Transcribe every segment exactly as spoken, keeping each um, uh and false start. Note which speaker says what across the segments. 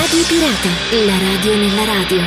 Speaker 1: Radio Pirata, la radio nella radio.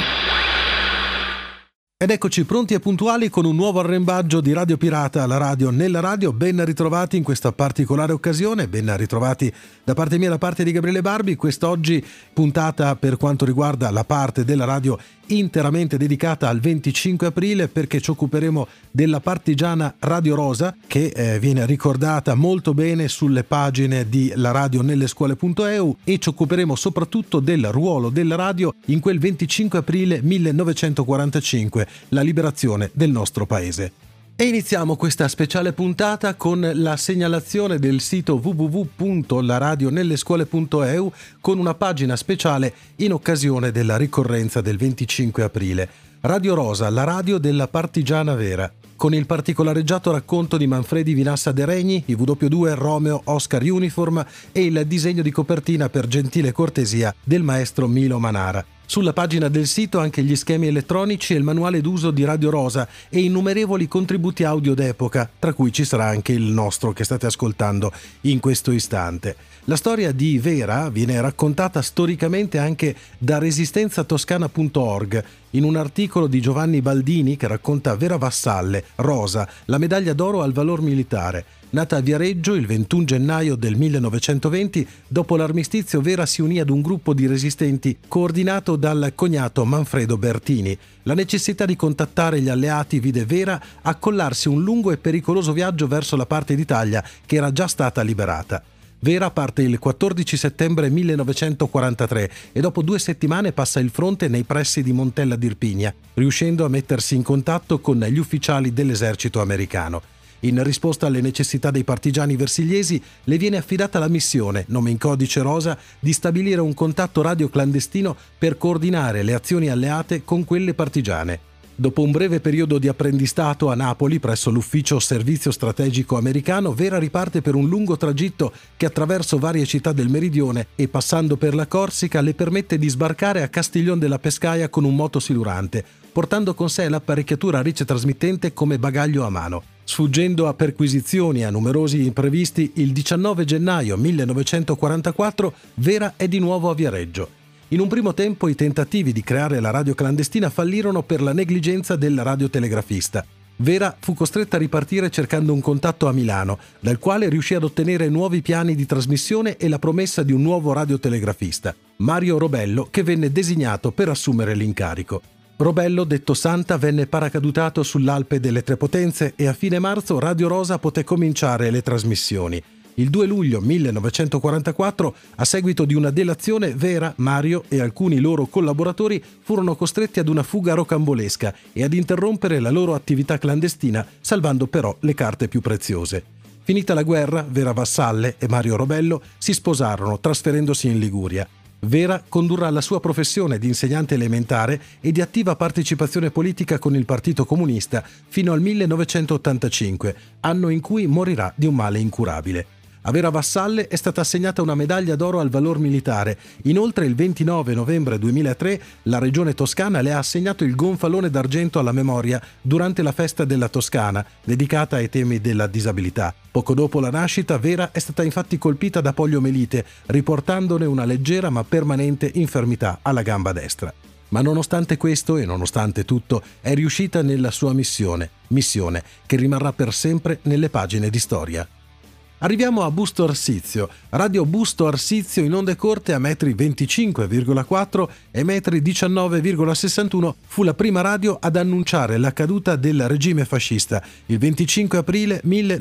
Speaker 2: Ed eccoci pronti e puntuali con un nuovo arrembaggio di Radio Pirata, la radio nella radio. Ben ritrovati in questa particolare occasione, ben ritrovati da parte mia, da parte di Gabriele Barbi. Quest'oggi puntata per quanto riguarda la parte della radio interamente dedicata al venticinque aprile, perché ci occuperemo della partigiana Radio Rosa, che eh, viene ricordata molto bene sulle pagine di la radio nelle scuole.eu, e ci occuperemo soprattutto del ruolo della radio in quel venticinque aprile millenovecentoquarantacinque, la liberazione del nostro paese. E iniziamo questa speciale puntata con la segnalazione del sito w w w punto la radio nelle scuole punto e u con una pagina speciale in occasione della ricorrenza del venticinque aprile. Radio Rosa, la radio della partigiana vera, con il particolareggiato racconto di Manfredi Vinassa De Regni, I W due Romeo Oscar Uniform e il disegno di copertina per gentile cortesia del maestro Milo Manara. Sulla pagina del sito anche gli schemi elettronici e il manuale d'uso di Radio Rosa e innumerevoli contributi audio d'epoca, tra cui ci sarà anche il nostro che state ascoltando in questo istante. La storia di Vera viene raccontata storicamente anche da resistenza toscana punto org, in un articolo di Giovanni Baldini che racconta Vera Vassalle, Rosa, la medaglia d'oro al valor militare. Nata a Viareggio il ventuno gennaio del millenovecentoventi, dopo l'armistizio Vera si unì ad un gruppo di resistenti coordinato dal cognato Manfredo Bertini. La necessità di contattare gli alleati vide Vera accollarsi un lungo e pericoloso viaggio verso la parte d'Italia che era già stata liberata. Vera parte il quattordici settembre millenovecentoquarantatré e dopo due settimane passa il fronte nei pressi di Montella d'Irpinia, riuscendo a mettersi in contatto con gli ufficiali dell'esercito americano. In risposta alle necessità dei partigiani versigliesi, le viene affidata la missione, nome in codice Rosa, di stabilire un contatto radio clandestino per coordinare le azioni alleate con quelle partigiane. Dopo un breve periodo di apprendistato a Napoli presso l'ufficio servizio strategico americano, Vera riparte per un lungo tragitto che attraverso varie città del meridione e passando per la Corsica le permette di sbarcare a Castiglion della Pescaia con un motosilurante, portando con sé l'apparecchiatura ricetrasmittente come bagaglio a mano. Sfuggendo a perquisizioni e a numerosi imprevisti, il diciannove gennaio millenovecentoquarantaquattro Vera è di nuovo a Viareggio. In un primo tempo i tentativi di creare la radio clandestina fallirono per la negligenza del radiotelegrafista. Vera fu costretta a ripartire cercando un contatto a Milano, dal quale riuscì ad ottenere nuovi piani di trasmissione e la promessa di un nuovo radiotelegrafista, Mario Robello, che venne designato per assumere l'incarico. Robello, detto Santa, venne paracadutato sull'Alpe delle Tre Potenze e a fine marzo Radio Rosa poté cominciare le trasmissioni. Il due luglio millenovecentoquarantaquattro, a seguito di una delazione, Vera, Mario e alcuni loro collaboratori furono costretti ad una fuga rocambolesca e ad interrompere la loro attività clandestina, salvando però le carte più preziose. Finita la guerra, Vera Vassalle e Mario Robello si sposarono, trasferendosi in Liguria. Vera condurrà la sua professione di insegnante elementare e di attiva partecipazione politica con il Partito Comunista fino al millenovecentottantacinque, anno in cui morirà di un male incurabile. A Vera Vassalle è stata assegnata una medaglia d'oro al valor militare. Inoltre il ventinove novembre duemilatré la regione toscana le ha assegnato il gonfalone d'argento alla memoria durante la festa della Toscana, dedicata ai temi della disabilità. Poco dopo la nascita, Vera è stata infatti colpita da poliomelite, riportandone una leggera ma permanente infermità alla gamba destra. Ma nonostante questo e nonostante tutto è riuscita nella sua missione, missione che rimarrà per sempre nelle pagine di storia. Arriviamo a Busto Arsizio. Radio Busto Arsizio in onde corte a metri venticinque virgola quattro e metri diciannove virgola sessantuno fu la prima radio ad annunciare la caduta del regime fascista il venticinque aprile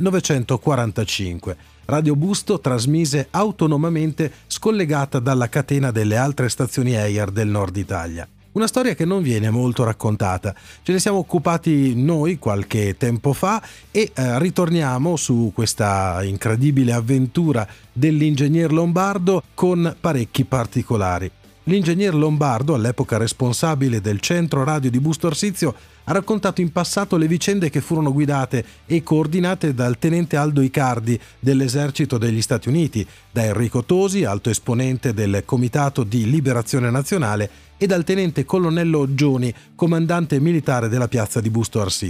Speaker 2: millenovecentoquarantacinque. Radio Busto trasmise autonomamente scollegata dalla catena delle altre stazioni E I R del nord Italia. Una storia che non viene molto raccontata. Ce ne siamo occupati noi qualche tempo fa e eh, ritorniamo su questa incredibile avventura dell'ingegner Lombardo con parecchi particolari. L'ingegner Lombardo, all'epoca responsabile del centro radio di Busto Arsizio, ha raccontato in passato le vicende che furono guidate e coordinate dal tenente Aldo Icardi dell'esercito degli Stati Uniti, da Enrico Tosi, alto esponente del Comitato di Liberazione Nazionale, e dal tenente colonnello Oggioni, comandante militare della piazza di Busto Arsizio.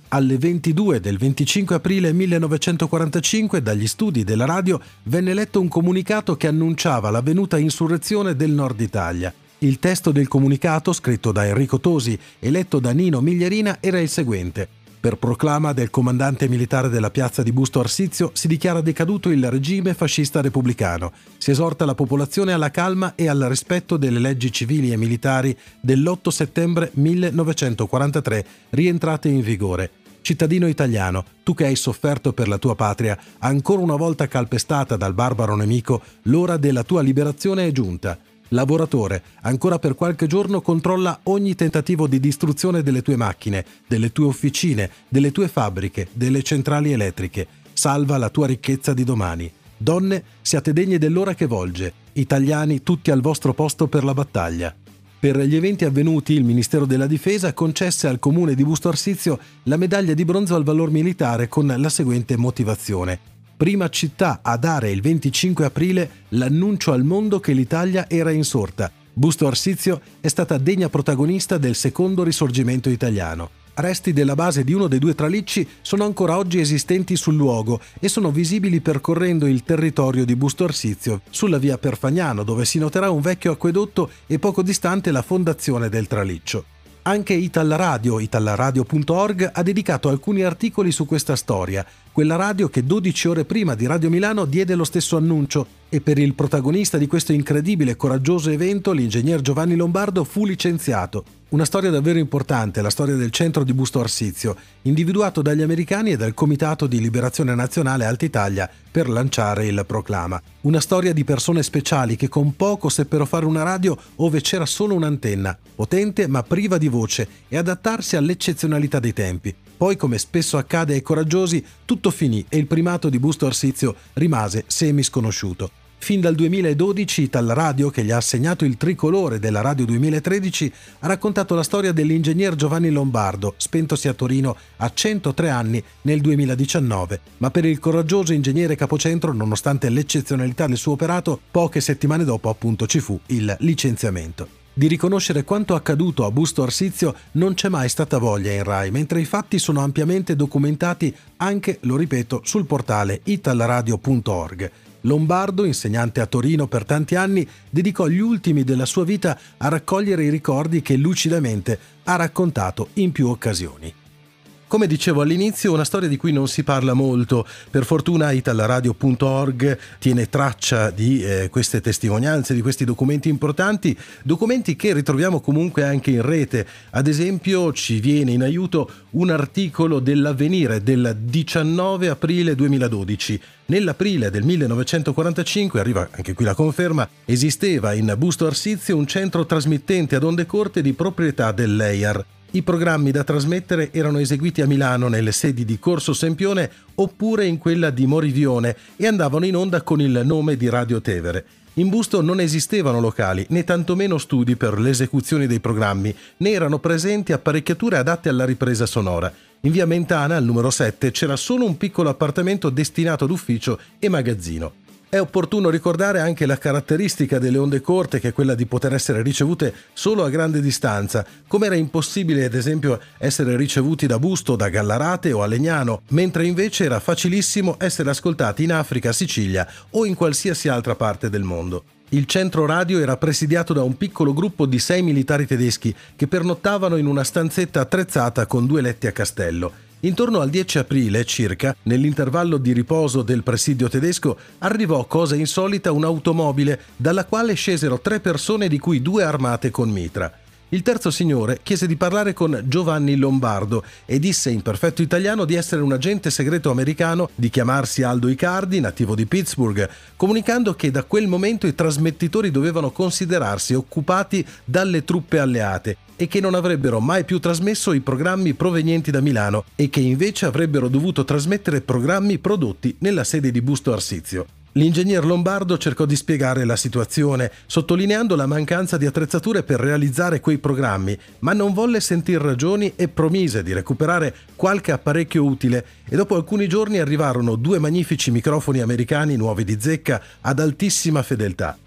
Speaker 2: Alle ventidue del venticinque aprile millenovecentoquarantacinque dagli studi della radio venne letto un comunicato che annunciava l'avvenuta insurrezione del Nord Italia. Il testo del comunicato, scritto da Enrico Tosi e letto da Nino Miglierina, era il seguente: per proclama del comandante militare della piazza di Busto Arsizio si dichiara decaduto il regime fascista repubblicano. Si esorta la popolazione alla calma e al rispetto delle leggi civili e militari dell'otto settembre millenovecentoquarantatré rientrate in vigore. Cittadino italiano, tu che hai sofferto per la tua patria, ancora una volta calpestata dal barbaro nemico, l'ora della tua liberazione è giunta. Lavoratore, ancora per qualche giorno controlla ogni tentativo di distruzione delle tue macchine, delle tue officine, delle tue fabbriche, delle centrali elettriche. Salva la tua ricchezza di domani. Donne, siate degne dell'ora che volge. Italiani, tutti al vostro posto per la battaglia. Per gli eventi avvenuti, il Ministero della Difesa concesse al comune di Busto Arsizio la medaglia di bronzo al valor militare con la seguente motivazione: prima città a dare il venticinque aprile l'annuncio al mondo che l'Italia era insorta. Busto Arsizio è stata degna protagonista del secondo risorgimento italiano. Resti della base di uno dei due tralicci sono ancora oggi esistenti sul luogo e sono visibili percorrendo il territorio di Busto Arsizio, sulla via Perfagnano, dove si noterà un vecchio acquedotto e poco distante la fondazione del traliccio. Anche Italradio, italradio punto org, ha dedicato alcuni articoli su questa storia, quella radio che dodici ore prima di Radio Milano diede lo stesso annuncio e per il protagonista di questo incredibile e coraggioso evento, l'ingegner Giovanni Lombardo, fu licenziato. Una storia davvero importante, la storia del centro di Busto Arsizio, individuato dagli americani e dal Comitato di Liberazione Nazionale Alta Italia per lanciare il proclama. Una storia di persone speciali che con poco seppero fare una radio ove c'era solo un'antenna, potente ma priva di voce e adattarsi all'eccezionalità dei tempi. Poi, come spesso accade ai coraggiosi, tutto finì e il primato di Busto Arsizio rimase semi-sconosciuto. Fin dal duemiladodici Italradio, che gli ha assegnato il tricolore della Radio duemilatredici, ha raccontato la storia dell'ingegner Giovanni Lombardo, spentosi a Torino a centotré anni nel duemiladiciannove, ma per il coraggioso ingegnere capocentro, nonostante l'eccezionalità del suo operato, poche settimane dopo appunto ci fu il licenziamento. Di riconoscere quanto accaduto a Busto Arsizio non c'è mai stata voglia in Rai, mentre i fatti sono ampiamente documentati anche, lo ripeto, sul portale italradio punto org. Lombardo, insegnante a Torino per tanti anni, dedicò gli ultimi della sua vita a raccogliere i ricordi che lucidamente ha raccontato in più occasioni. Come dicevo all'inizio, una storia di cui non si parla molto. Per fortuna italradio punto org tiene traccia di eh, queste testimonianze, di questi documenti importanti, documenti che ritroviamo comunque anche in rete. Ad esempio ci viene in aiuto un articolo dell'Avvenire del diciannove aprile duemiladodici. Nell'aprile del millenovecentoquarantacinque, arriva anche qui la conferma, esisteva in Busto Arsizio un centro trasmittente ad onde corte di proprietà dell'E I A R. I programmi da trasmettere erano eseguiti a Milano nelle sedi di Corso Sempione oppure in quella di Morivione e andavano in onda con il nome di Radio Tevere. In Busto non esistevano locali, né tantomeno studi per l'esecuzione dei programmi, né erano presenti apparecchiature adatte alla ripresa sonora. In via Mentana, al numero sette, c'era solo un piccolo appartamento destinato ad ufficio e magazzino. È opportuno ricordare anche la caratteristica delle onde corte, che è quella di poter essere ricevute solo a grande distanza, come era impossibile ad esempio essere ricevuti da Busto, da Gallarate o a Legnano, mentre invece era facilissimo essere ascoltati in Africa, Sicilia o in qualsiasi altra parte del mondo. Il centro radio era presidiato da un piccolo gruppo di sei militari tedeschi che pernottavano in una stanzetta attrezzata con due letti a castello. Intorno al dieci aprile circa, nell'intervallo di riposo del presidio tedesco, arrivò, cosa insolita, un'automobile dalla quale scesero tre persone, di cui due armate con mitra. Il terzo signore chiese di parlare con Giovanni Lombardo e disse in perfetto italiano di essere un agente segreto americano, di chiamarsi Aldo Icardi, nativo di Pittsburgh, comunicando che da quel momento i trasmettitori dovevano considerarsi occupati dalle truppe alleate e che non avrebbero mai più trasmesso i programmi provenienti da Milano e che invece avrebbero dovuto trasmettere programmi prodotti nella sede di Busto Arsizio. L'ingegner Lombardo cercò di spiegare la situazione, sottolineando la mancanza di attrezzature per realizzare quei programmi, ma non volle sentir ragioni e promise di recuperare qualche apparecchio utile, e dopo alcuni giorni arrivarono due magnifici microfoni americani nuovi di zecca ad altissima fedeltà.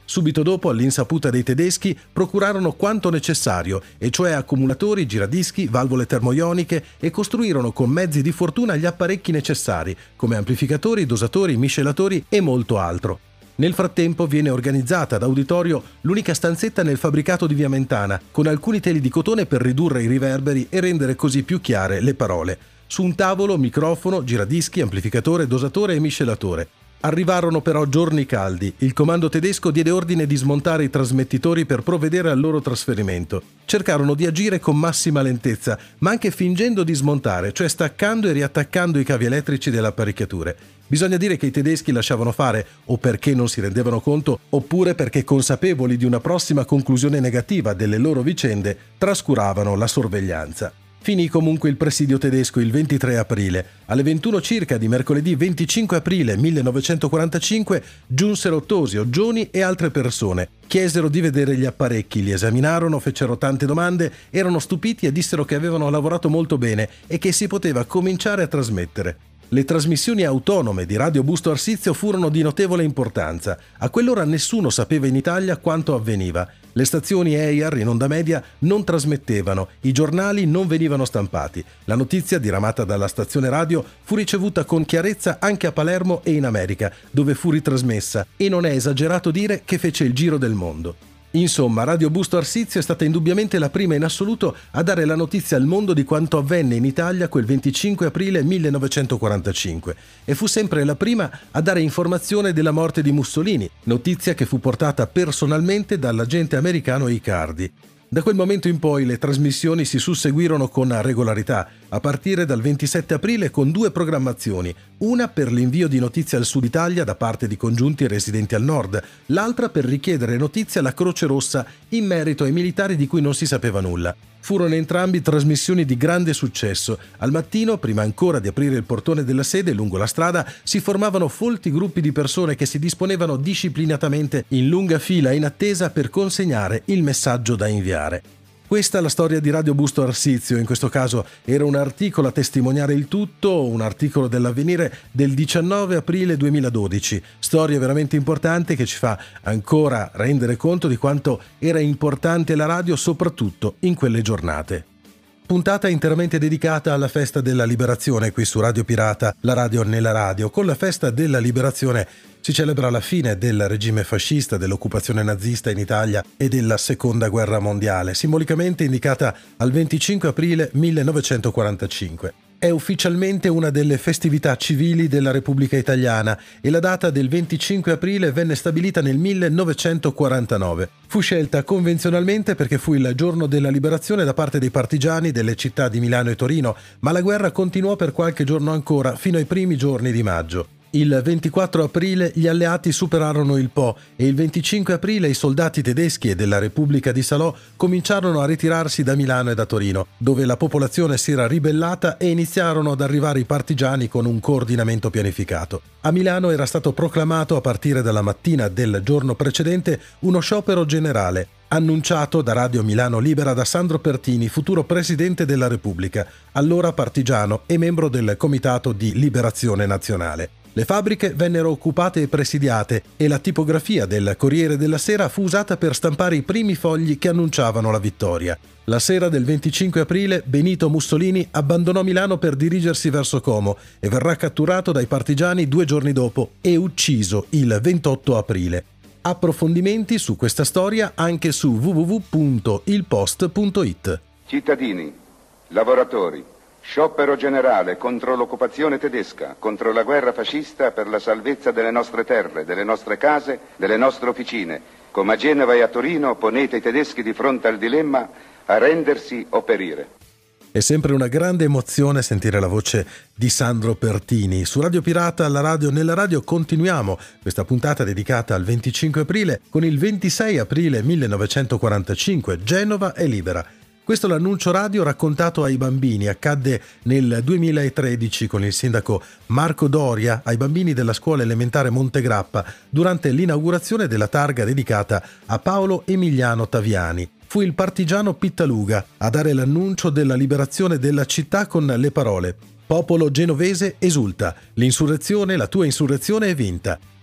Speaker 2: Subito dopo, all'insaputa dei tedeschi, procurarono quanto necessario, e cioè accumulatori, giradischi, valvole termoioniche, e costruirono con mezzi di fortuna gli apparecchi necessari, come amplificatori, dosatori, miscelatori e molto altro. Nel frattempo viene organizzata ad Auditorio l'unica stanzetta nel fabbricato di Via Mentana, con alcuni teli di cotone per ridurre i riverberi e rendere così più chiare le parole. Su un tavolo, microfono, giradischi, amplificatore, dosatore e miscelatore. Arrivarono però giorni caldi. Il comando tedesco diede ordine di smontare i trasmettitori per provvedere al loro trasferimento. Cercarono di agire con massima lentezza, ma anche fingendo di smontare, cioè staccando e riattaccando i cavi elettrici delle apparecchiature. Bisogna dire che i tedeschi lasciavano fare, o perché non si rendevano conto, oppure perché consapevoli di una prossima conclusione negativa delle loro vicende, trascuravano la sorveglianza. Finì comunque il presidio tedesco il ventitré aprile. Alle ventuno circa di mercoledì venticinque aprile millenovecentoquarantacinque giunsero Tosio, Gioni e altre persone. Chiesero di vedere gli apparecchi, li esaminarono, fecero tante domande, erano stupiti e dissero che avevano lavorato molto bene e che si poteva cominciare a trasmettere. Le trasmissioni autonome di Radio Busto Arsizio furono di notevole importanza. A quell'ora nessuno sapeva in Italia quanto avveniva. Le stazioni E I A R in onda media non trasmettevano, i giornali non venivano stampati. La notizia, diramata dalla stazione radio, fu ricevuta con chiarezza anche a Palermo e in America, dove fu ritrasmessa, e non è esagerato dire che fece il giro del mondo. Insomma, Radio Busto Arsizio è stata indubbiamente la prima in assoluto a dare la notizia al mondo di quanto avvenne in Italia quel venticinque aprile millenovecentoquarantacinque e fu sempre la prima a dare informazione della morte di Mussolini, notizia che fu portata personalmente dall'agente americano Icardi. Da quel momento in poi le trasmissioni si susseguirono con regolarità, a partire dal ventisette aprile con due programmazioni, una per l'invio di notizie al Sud Italia da parte di congiunti residenti al Nord, l'altra per richiedere notizie alla Croce Rossa in merito ai militari di cui non si sapeva nulla. Furono entrambi trasmissioni di grande successo. Al mattino, prima ancora di aprire il portone della sede, lungo la strada, si formavano folti gruppi di persone che si disponevano disciplinatamente in lunga fila in attesa per consegnare il messaggio da inviare. Questa è la storia di Radio Busto Arsizio. In questo caso era un articolo a testimoniare il tutto, un articolo dell'Avvenire del diciannove aprile duemiladodici. Storia veramente importante che ci fa ancora rendere conto di quanto era importante la radio, soprattutto in quelle giornate. Puntata interamente dedicata alla festa della liberazione qui su Radio Pirata, la radio nella radio. Con la festa della liberazione si celebra la fine del regime fascista, dell'occupazione nazista in Italia e della Seconda Guerra Mondiale, simbolicamente indicata al venticinque aprile millenovecentoquarantacinque. È ufficialmente una delle festività civili della Repubblica Italiana e la data del venticinque aprile venne stabilita nel millenovecentoquarantanove. Fu scelta convenzionalmente perché fu il giorno della liberazione da parte dei partigiani delle città di Milano e Torino, ma la guerra continuò per qualche giorno ancora, fino ai primi giorni di maggio. Il ventiquattro aprile gli alleati superarono il Po e il venticinque aprile i soldati tedeschi e della Repubblica di Salò cominciarono a ritirarsi da Milano e da Torino, dove la popolazione si era ribellata e iniziarono ad arrivare i partigiani con un coordinamento pianificato. A Milano era stato proclamato a partire dalla mattina del giorno precedente uno sciopero generale, annunciato da Radio Milano Libera da Sandro Pertini, futuro presidente della Repubblica, allora partigiano e membro del Comitato di Liberazione Nazionale. Le fabbriche vennero occupate e presidiate e la tipografia del Corriere della Sera fu usata per stampare i primi fogli che annunciavano la vittoria. La sera del venticinque aprile Benito Mussolini abbandonò Milano per dirigersi verso Como e verrà catturato dai partigiani due giorni dopo e ucciso il ventotto aprile. Approfondimenti su questa storia anche su w w w punto il post punto i t.
Speaker 3: Cittadini, lavoratori, sciopero generale contro l'occupazione tedesca, contro la guerra fascista per la salvezza delle nostre terre, delle nostre case, delle nostre officine. Come a Genova e a Torino ponete i tedeschi di fronte al dilemma a rendersi o perire.
Speaker 2: È sempre una grande emozione sentire la voce di Sandro Pertini. Su Radio Pirata, alla radio nella radio, continuiamo questa puntata dedicata al venticinque aprile con il ventisei aprile millenovecentoquarantacinque. Genova è libera. Questo è l'annuncio radio raccontato ai bambini. Accadde nel duemilatredici con il sindaco Marco Doria ai bambini della scuola elementare Montegrappa durante l'inaugurazione della targa dedicata a Paolo Emiliano Taviani. Fu il partigiano Pittaluga a dare l'annuncio della liberazione della città con le parole: «Popolo genovese esulta, l'insurrezione, la tua insurrezione è vinta».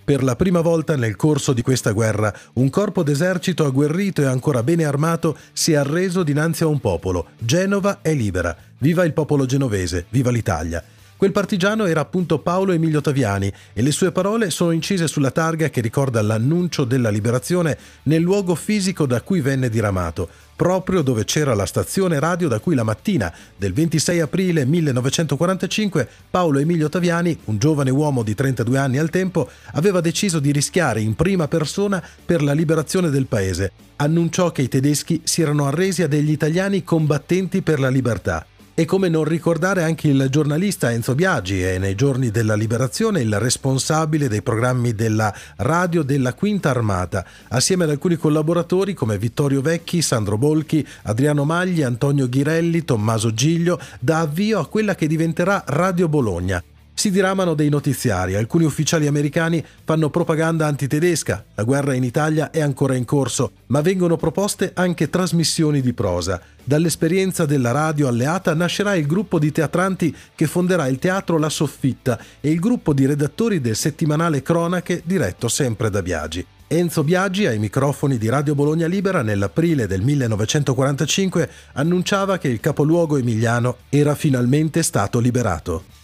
Speaker 2: Per la prima volta nel corso di questa guerra, un corpo d'esercito agguerrito e ancora bene armato si è arreso dinanzi a un popolo. Genova è libera. Viva il popolo genovese, viva l'Italia! Quel partigiano era appunto Paolo Emilio Taviani e le sue parole sono incise sulla targa che ricorda l'annuncio della liberazione nel luogo fisico da cui venne diramato, proprio dove c'era la stazione radio da cui la mattina del ventisei aprile millenovecentoquarantacinque Paolo Emilio Taviani, un giovane uomo di trentadue anni al tempo, aveva deciso di rischiare in prima persona per la liberazione del paese. Annunciò che i tedeschi si erano arresi a degli italiani combattenti per la libertà. E come non ricordare anche il giornalista Enzo Biagi e nei giorni della liberazione il responsabile dei programmi della radio della Quinta Armata, assieme ad alcuni collaboratori come Vittorio Vecchi, Sandro Bolchi, Adriano Magli, Antonio Ghirelli, Tommaso Giglio, dà avvio a quella che diventerà Radio Bologna. Si diramano dei notiziari, alcuni ufficiali americani fanno propaganda antitedesca, la guerra in Italia è ancora in corso, ma vengono proposte anche trasmissioni di prosa. Dall'esperienza della radio alleata nascerà il gruppo di teatranti che fonderà il teatro La Soffitta e il gruppo di redattori del settimanale Cronache diretto sempre da Biagi. Enzo Biagi, ai microfoni di Radio Bologna Libera nell'aprile del millenovecentoquarantacinque, annunciava che il capoluogo emiliano era finalmente stato liberato.